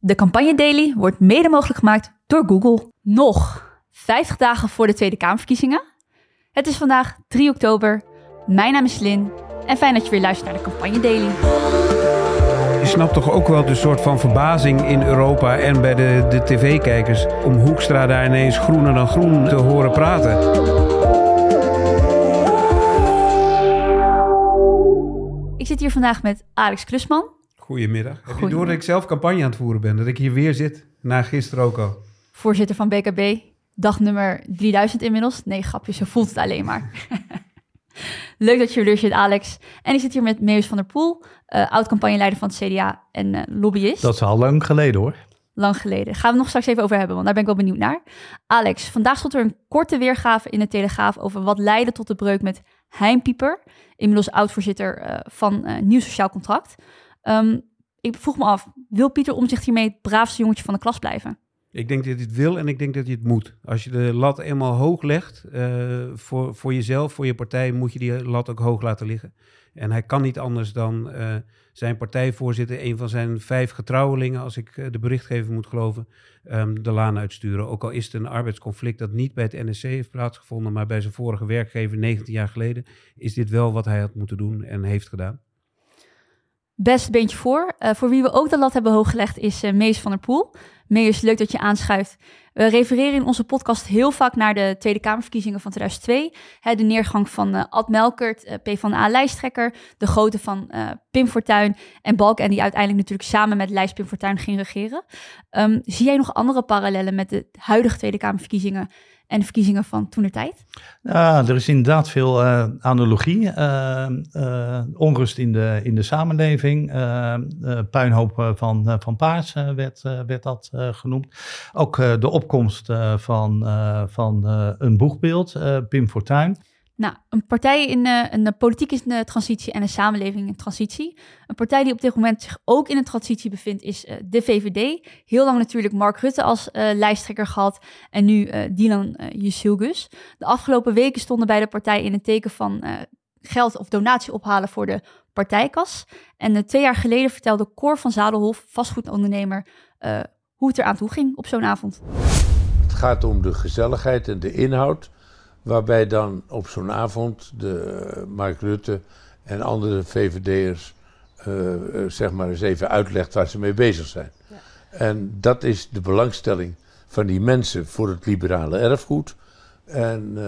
De Campagne Daily wordt mede mogelijk gemaakt door Google. Nog 50 dagen voor de Tweede Kamerverkiezingen. Het is vandaag 3 oktober. Mijn naam is Lynn en fijn dat je weer luistert naar de Campagne Daily. Je snapt toch ook wel de soort van verbazing in Europa en bij de tv-kijkers om Hoekstra daar ineens groener dan groen te horen praten. Ik zit hier vandaag met Alex Klusman. Goedemiddag. Heb je door dat ik zelf campagne aan het voeren ben? Dat ik hier weer zit? Na gisteren ook al. Voorzitter van BKB. Dag nummer 3000 inmiddels. Nee, grapje, zo voelt het alleen maar. Leuk dat je er zit, Alex. En ik zit hier met Meeuwis van der Poel, oud-campagneleider van het CDA en lobbyist. Dat is al lang geleden, hoor. Lang geleden. Gaan we nog straks even over hebben, want daar ben ik wel benieuwd naar. Alex, vandaag stond er een korte weergave in de Telegraaf over wat leidde tot de breuk met Hein Pieper, inmiddels oud-voorzitter van Nieuw Sociaal Contract. Ik vroeg me af, wil Pieter Omtzigt hiermee het braafste jongetje van de klas blijven? Ik denk dat hij het wil en ik denk dat hij het moet. Als je de lat eenmaal hoog legt, voor jezelf, voor je partij, moet je die lat ook hoog laten liggen. En hij kan niet anders dan zijn partijvoorzitter, een van zijn 5 getrouwelingen, als ik de berichtgever moet geloven, de laan uitsturen. Ook al is het een arbeidsconflict dat niet bij het NSC heeft plaatsgevonden, maar bij zijn vorige werkgever 19 jaar geleden, is dit wel wat hij had moeten doen en heeft gedaan. Best beentje voor. Voor wie we ook de lat hebben hooggelegd is Meeuwis van der Poel. Meeuwis, leuk dat je aanschuift. We refereren in onze podcast heel vaak naar de Tweede Kamerverkiezingen van 2002. De neergang van Ad Melkert, PvdA-lijsttrekker. De grootte van Pim Fortuyn en Balkenende, die uiteindelijk natuurlijk samen met lijst Pim Fortuyn ging regeren. Zie jij nog andere parallellen met de huidige Tweede Kamerverkiezingen en de verkiezingen van toentertijd? Ja, er is inderdaad veel analogie. Onrust in de samenleving. Puinhoop van Paars werd dat genoemd. Ook de opkomst van een boegbeeld, Pim Fortuyn. Nou, een partij een politiek is een transitie en een samenleving in transitie. Een partij die op dit moment zich ook in een transitie bevindt is de VVD. Heel lang natuurlijk Mark Rutte als lijsttrekker gehad en nu Dylan Jusilgus. De afgelopen weken stonden bij de partij in het teken van geld of donatie ophalen voor de partijkas. En 2 jaar geleden vertelde Cor van Zadelhof, vastgoedondernemer, hoe het eraan toe ging op zo'n avond. Het gaat om de gezelligheid en de inhoud, waarbij dan op zo'n avond de Mark Rutte en andere VVD'ers zeg maar eens even uitlegt waar ze mee bezig zijn. Ja. En dat is de belangstelling van die mensen voor het liberale erfgoed. En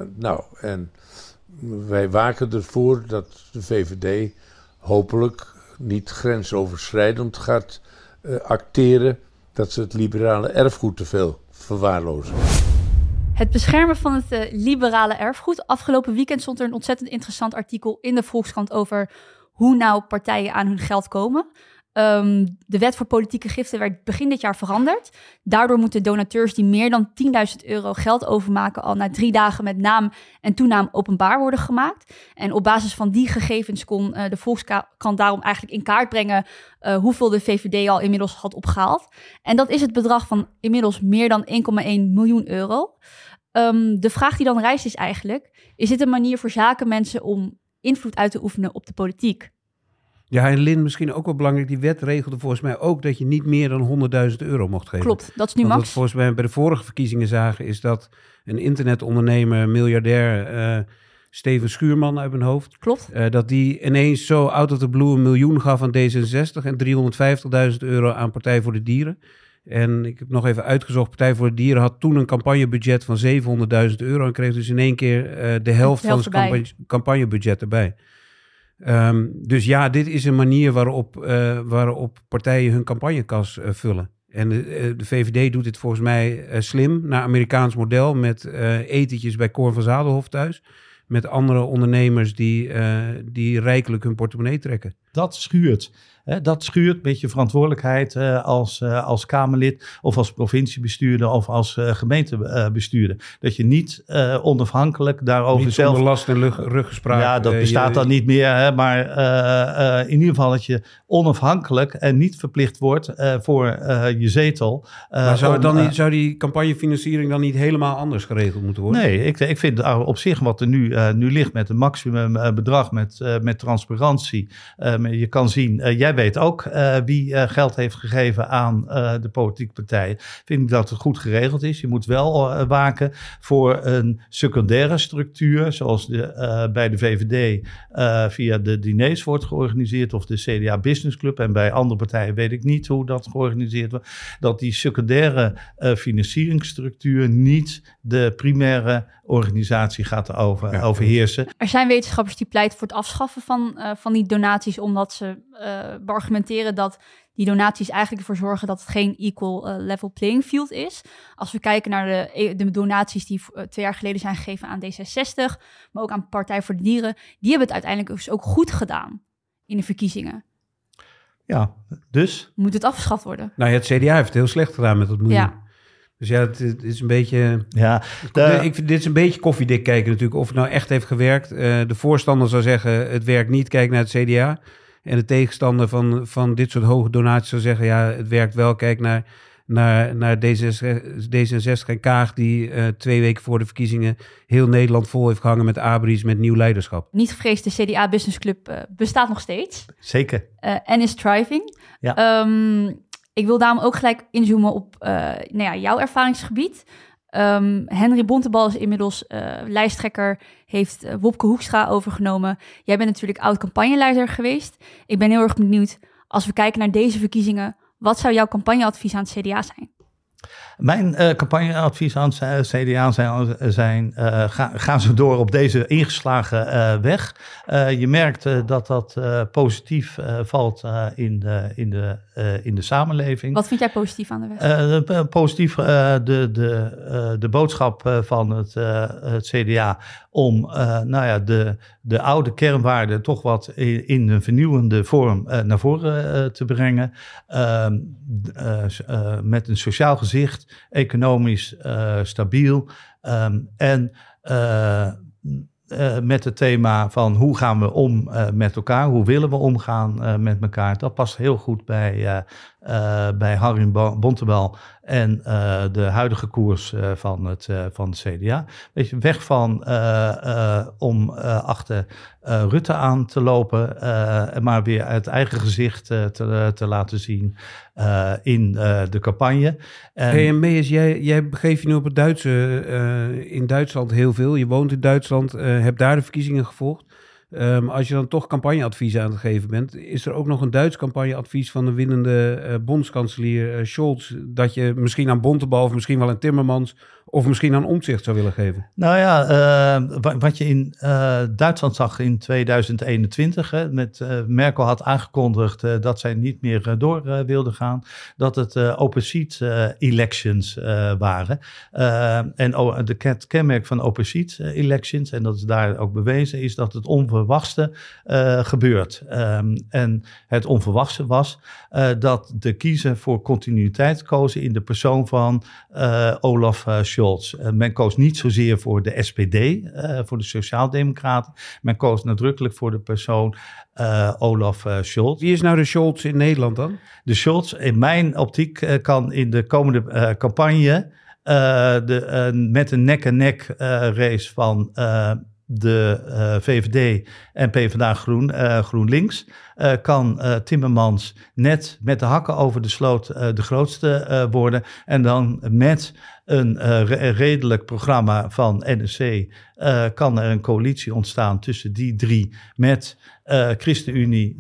wij waken ervoor dat de VVD hopelijk niet grensoverschrijdend gaat acteren, dat ze het liberale erfgoed te veel verwaarlozen. Het beschermen van het liberale erfgoed. Afgelopen weekend stond er een ontzettend interessant artikel in de Volkskrant over hoe nou partijen aan hun geld komen. De wet voor politieke giften werd begin dit jaar veranderd. Daardoor moeten donateurs die meer dan €10.000 geld overmaken al na 3 dagen met naam en toenaam openbaar worden gemaakt. En op basis van die gegevens kon de Volkskrant daarom eigenlijk in kaart brengen hoeveel de VVD al inmiddels had opgehaald. En dat is het bedrag van inmiddels meer dan €1,1 miljoen. De vraag die dan rijst is eigenlijk, is dit een manier voor zakenmensen om invloed uit te oefenen op de politiek? Ja, en Lynn, misschien ook wel belangrijk, die wet regelde volgens mij ook dat je niet meer dan €100.000 mocht geven. Klopt, dat is nu max. max. Wat volgens mij bij de vorige verkiezingen zagen is dat een internetondernemer, miljardair, Steven Schuurman uit mijn hoofd. Klopt. Dat die ineens zo out of the blue $1 miljoen gaf aan D66 en €350.000 aan Partij voor de Dieren. En ik heb nog even uitgezocht, Partij voor de Dieren had toen een campagnebudget van €700.000 en kreeg dus in één keer de helft van zijn campagnebudget erbij. Dus ja, dit is een manier waarop partijen hun campagnekas vullen. En de VVD doet dit volgens mij slim, naar Amerikaans model, met etentjes bij Cor van Zadelhof thuis. Met andere ondernemers die rijkelijk hun portemonnee trekken. Dat schuurt. Dat schuurt met je verantwoordelijkheid als Kamerlid of als provinciebestuurder of als gemeentebestuurder. Dat je niet onafhankelijk daarover niet zelf... zonder last en ruggespraak. Ja, dat bestaat dan niet meer. Maar in ieder geval dat je onafhankelijk en niet verplicht wordt voor je zetel. Maar zou die campagnefinanciering dan niet helemaal anders geregeld moeten worden? Nee, ik vind op zich wat er nu ligt met een maximum bedrag, met transparantie, je kan zien, jij weet ook wie geld heeft gegeven aan de politieke partijen. Vind ik dat het goed geregeld is. Je moet wel waken voor een secundaire structuur, zoals bij de VVD via de diners wordt georganiseerd of de CDA Business Club. En bij andere partijen weet ik niet hoe dat georganiseerd wordt. Dat die secundaire financieringsstructuur niet de primaire organisatie gaat overheersen. Er zijn wetenschappers die pleiten voor het afschaffen van die donaties, omdat ze beargumenteren dat die donaties eigenlijk ervoor zorgen dat het geen equal level playing field is. Als we kijken naar de donaties die 2 jaar geleden zijn gegeven aan D66, maar ook aan Partij voor de Dieren, die hebben het uiteindelijk dus ook goed gedaan in de verkiezingen. Ja, dus? Moet het afgeschaft worden? Nou ja, het CDA heeft het heel slecht gedaan met dat miljoen. Ja. Dus ja, het is een beetje... Ja, dit is een beetje koffiedik kijken natuurlijk, of het nou echt heeft gewerkt. De voorstander zou zeggen, het werkt niet, kijk naar het CDA. En de tegenstander van dit soort hoge donaties zou zeggen, ja, het werkt wel, kijk naar D66 en Kaag, die 2 weken voor de verkiezingen heel Nederland vol heeft gehangen met abris, met nieuw leiderschap. Niet gevreesd, de CDA Business Club bestaat nog steeds. Zeker. En is thriving. Ja. Ik wil daarom ook gelijk inzoomen op jouw ervaringsgebied. Henry Bontebal is inmiddels lijsttrekker, heeft Wopke Hoekstra overgenomen. Jij bent natuurlijk oud-campagneleider geweest. Ik ben heel erg benieuwd, als we kijken naar deze verkiezingen, wat zou jouw campagneadvies aan het CDA zijn? Mijn campagneadvies aan het CDA zijn ga zo door op deze ingeslagen weg. Je merkt dat positief valt in de samenleving. Wat vind jij positief aan de weg? Positief de boodschap van het CDA om de oude kernwaarden toch wat in een vernieuwende vorm naar voren te brengen. Met een sociaal gezicht, economisch stabiel en met het thema van hoe gaan we om met elkaar, hoe willen we omgaan met elkaar. Dat past heel goed bij Harry Bontebal en de huidige koers van het CDA. Weet je, weg van om achter Rutte aan te lopen, maar weer het eigen gezicht te laten zien in de campagne. En Meijers, jij begeeft je nu op het Duitse, in Duitsland heel veel. Je woont in Duitsland, hebt daar de verkiezingen gevolgd. Als je dan toch campagneadvies aan het geven bent, is er ook nog een Duits campagneadvies van de winnende bondskanselier Scholz, dat je misschien aan Bontebal of misschien wel aan Timmermans of misschien aan Omtzigt zou willen geven? Nou ja, wat je in Duitsland zag in 2021, met Merkel had aangekondigd dat zij niet meer door wilde gaan, dat het open seat elections waren. En het kenmerk van open seat elections, en dat is daar ook bewezen, is dat het onverwachte gebeurt. En het onverwachte was dat de kiezer voor continuïteit kozen in de persoon van Olaf Scholz. Men koos niet zozeer voor de SPD, voor de Sociaaldemocraten. Men koos nadrukkelijk voor de persoon Olaf Scholz. Wie is nou de Scholz in Nederland dan? De Scholz, in mijn optiek, kan in de komende campagne met een nek-en-nek race van de VVD en PvdA GroenLinks, kan Timmermans net met de hakken over de sloot de grootste worden. En dan met een redelijk programma van NSC kan er een coalitie ontstaan tussen die drie met ChristenUnie,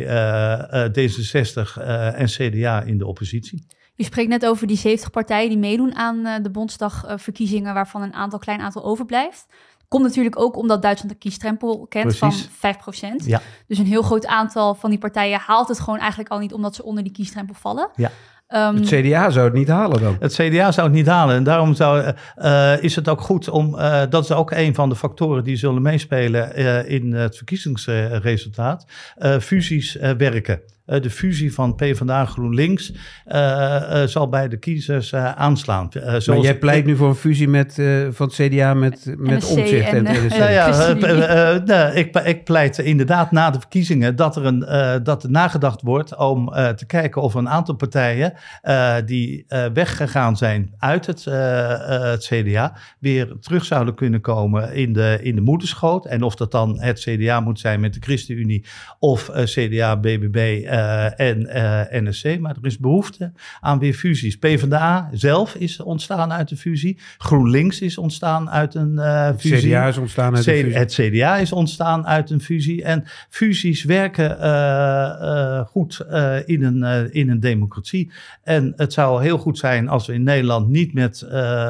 D66 en CDA in de oppositie. Je spreekt net over die 70 partijen die meedoen aan de Bondsdagverkiezingen, waarvan een klein aantal overblijft. Komt natuurlijk ook omdat Duitsland een kiesdrempel kent. Precies. Van 5%. Ja. Dus een heel groot aantal van die partijen haalt het gewoon eigenlijk al niet, omdat ze onder die kiesdrempel vallen. Ja. Het CDA zou het niet halen dan? Het CDA zou het niet halen. En daarom is het ook goed om... dat is ook een van de factoren die zullen meespelen in het verkiezingsresultaat. Fusies werken. de fusie van PvdA GroenLinks zal bij de kiezers aanslaan. Maar jij pleit nu voor een fusie van het CDA met Omtzigt en het NSC. Ik pleit inderdaad na de verkiezingen dat er nagedacht wordt om te kijken of een aantal partijen die weggegaan zijn uit het CDA weer terug zouden kunnen komen in de moederschoot. En of dat dan het CDA moet zijn met de ChristenUnie of CDA, BBB en NSC. Maar er is behoefte aan weer fusies. PvdA zelf is ontstaan uit een fusie. GroenLinks is ontstaan uit een fusie. Het CDA is ontstaan uit een fusie. Het CDA is ontstaan uit een fusie. En fusies werken goed in een democratie. En het zou heel goed zijn als we in Nederland niet met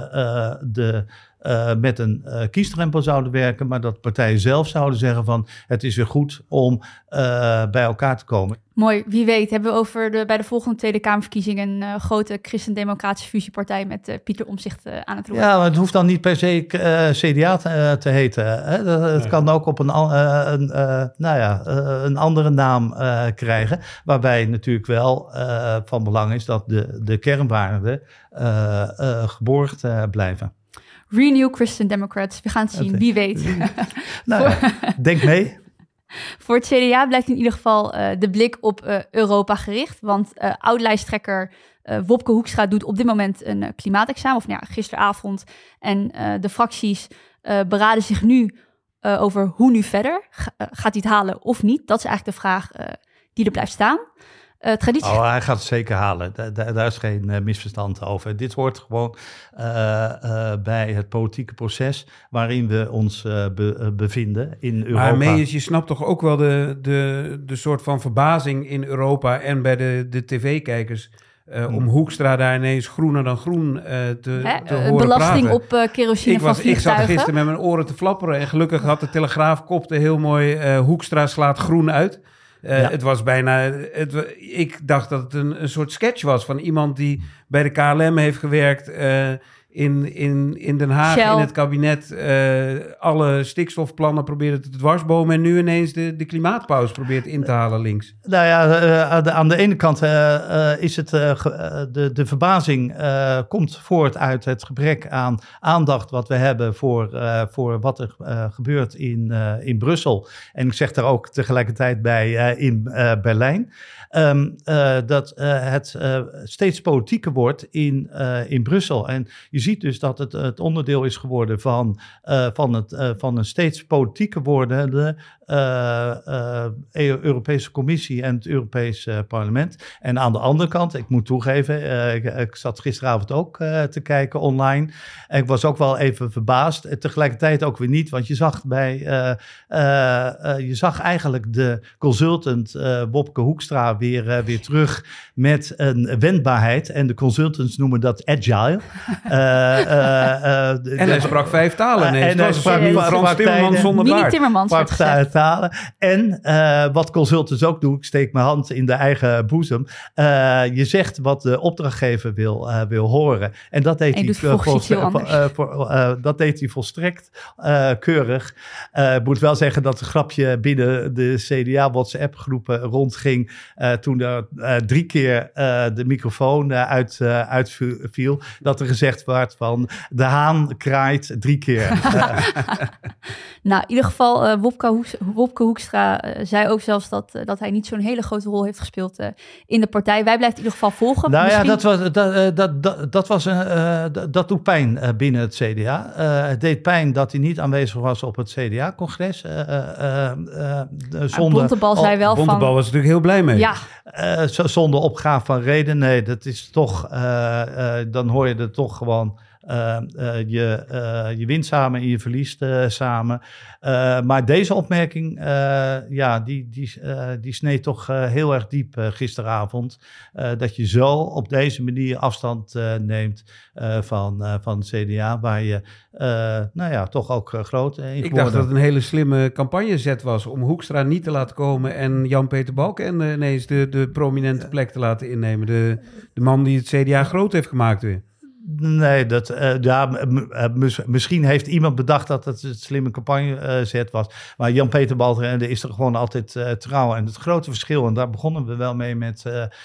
met een kiesdrempel zouden werken, maar dat partijen zelf zouden zeggen van het is weer goed om bij elkaar te komen. Mooi, wie weet hebben we bij de volgende Tweede Kamerverkiezingen een grote christendemocratische fusiepartij met Pieter Omtzigt aan het roer. Ja, maar het hoeft dan niet per se CDA te heten. Hè? Het kan ook op een andere naam krijgen, waarbij natuurlijk wel van belang is dat de kernwaarden geborgd blijven. Renew Christian Democrats, we gaan het zien, wie weet. Denk mee. Voor het CDA blijft in ieder geval de blik op Europa gericht. Want oud-lijsttrekker Wopke Hoekstra doet op dit moment een klimaatexamen. Of gisteravond. En de fracties beraden zich nu over hoe nu verder. Gaat hij het halen of niet? Dat is eigenlijk de vraag die er blijft staan. Hij gaat het zeker halen. Daar is geen misverstand over. Dit hoort gewoon bij het politieke proces waarin we ons bevinden in Europa. Maar Meijers, je snapt toch ook wel de soort van verbazing in Europa en bij de tv-kijkers om Hoekstra daar ineens groener dan groen te horen belasting praten. op kerosine van vliegtuigen. Ik zat gisteren met mijn oren te flapperen en gelukkig had de Telegraaf kopte heel mooi Hoekstra slaat groen uit. Het was bijna. Ik dacht dat het een soort sketch was van iemand die bij de KLM heeft gewerkt. In Den Haag, Shell. In het kabinet, alle stikstofplannen probeerde te dwarsbomen en nu ineens de klimaatpauze probeert in te halen links. Nou ja, aan de ene kant is het de verbazing komt voort uit het gebrek aan aandacht wat we hebben voor wat er gebeurt in Brussel. En ik zeg daar ook tegelijkertijd bij in Berlijn. Dat het steeds politieker wordt in Brussel. En je ziet dus dat het onderdeel is geworden van een steeds politieker wordende Europese Commissie en het Europees Parlement. En aan de andere kant, ik moet toegeven, ik zat gisteravond ook te kijken online. En ik was ook wel even verbaasd. Tegelijkertijd ook weer niet, want je zag eigenlijk de consultant Wopke Hoekstra weer terug met een wendbaarheid. En de consultants noemen dat agile. En hij sprak 5 talen. Nee, en hij sprak Frans Timmermans zonder baard. Timmermans werd gezegd. Talen. En wat consultants ook doen, ik steek mijn hand in de eigen boezem. Je zegt wat de opdrachtgever wil horen. En dat deed hij volstrekt keurig. Ik moet wel zeggen dat een grapje binnen de CDA WhatsApp-groepen rondging. Toen er 3 keer de microfoon uitviel. Dat er gezegd werd van de haan kraait 3 keer. Nou, in ieder geval, Wopke Hoekstra zei ook zelfs dat hij niet zo'n hele grote rol heeft gespeeld in de partij. Wij blijven in ieder geval volgen. Nou dat doet pijn binnen het CDA. Het deed pijn dat hij niet aanwezig was op het CDA-congres. Bontebal zei wel Bontebal was natuurlijk heel blij mee. Ja. Zonder opgave van reden. Nee, dat is toch... dan hoor je er toch gewoon... je wint samen en je verliest samen. Maar deze opmerking, die sneed toch heel erg diep gisteravond. Dat je zo op deze manier afstand neemt van het CDA, waar je toch ook groot in Ik dacht dat het een hele slimme campagnezet was om Hoekstra niet te laten komen en Jan-Peter Balkenende ineens de prominente plek te laten innemen. De man die het CDA groot heeft gemaakt weer. Nee, misschien heeft iemand bedacht dat het een slimme campagnezet was. Maar Jan-Peter Balkenende is er gewoon altijd trouw. En het grote verschil, en daar begonnen we wel mee met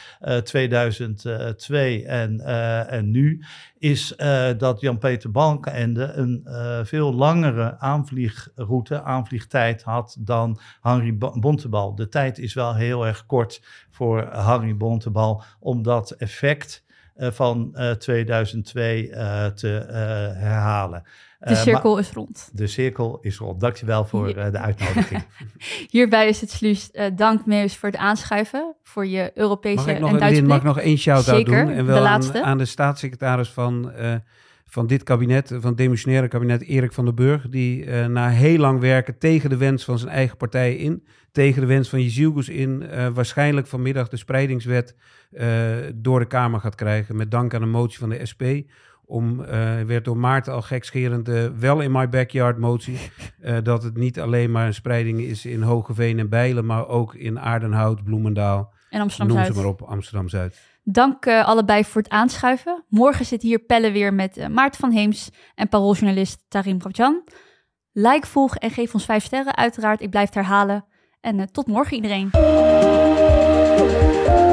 2002 en nu, is dat Jan-Peter Balkenende een veel langere aanvliegtijd had dan Harry Bontebal. De tijd is wel heel erg kort voor Harry Bontebal om dat effect van 2002 te herhalen. De cirkel is rond. De cirkel is rond. Dankjewel voor de uitnodiging. Hierbij is het sluis. Dank Meus voor het aanschuiven, voor je Europese en Duitse blik. Mag ik nog één shout-out doen? En wel de laatste. Aan de staatssecretaris van dit kabinet, van het demissionaire kabinet, Erik van den Burg, die na heel lang werken tegen de wens van zijn eigen partij in, tegen de wens van Jezilgus in, waarschijnlijk vanmiddag de spreidingswet door de Kamer gaat krijgen, met dank aan een motie van de SP. Werd door Maarten al gekscherend wel in my backyard motie, dat het niet alleen maar een spreiding is in Hogeveen en Bijlen, maar ook in Aardenhout, Bloemendaal, en Amsterdam-Zuid. Noem ze maar op, Amsterdam-Zuid. Dank allebei voor het aanschuiven. Morgen zit hier Pelle weer met Maarten van Heems en parooljournalist Tarim Pravjan. Like, volg en geef ons 5 sterren uiteraard. Ik blijf het herhalen. En tot morgen iedereen.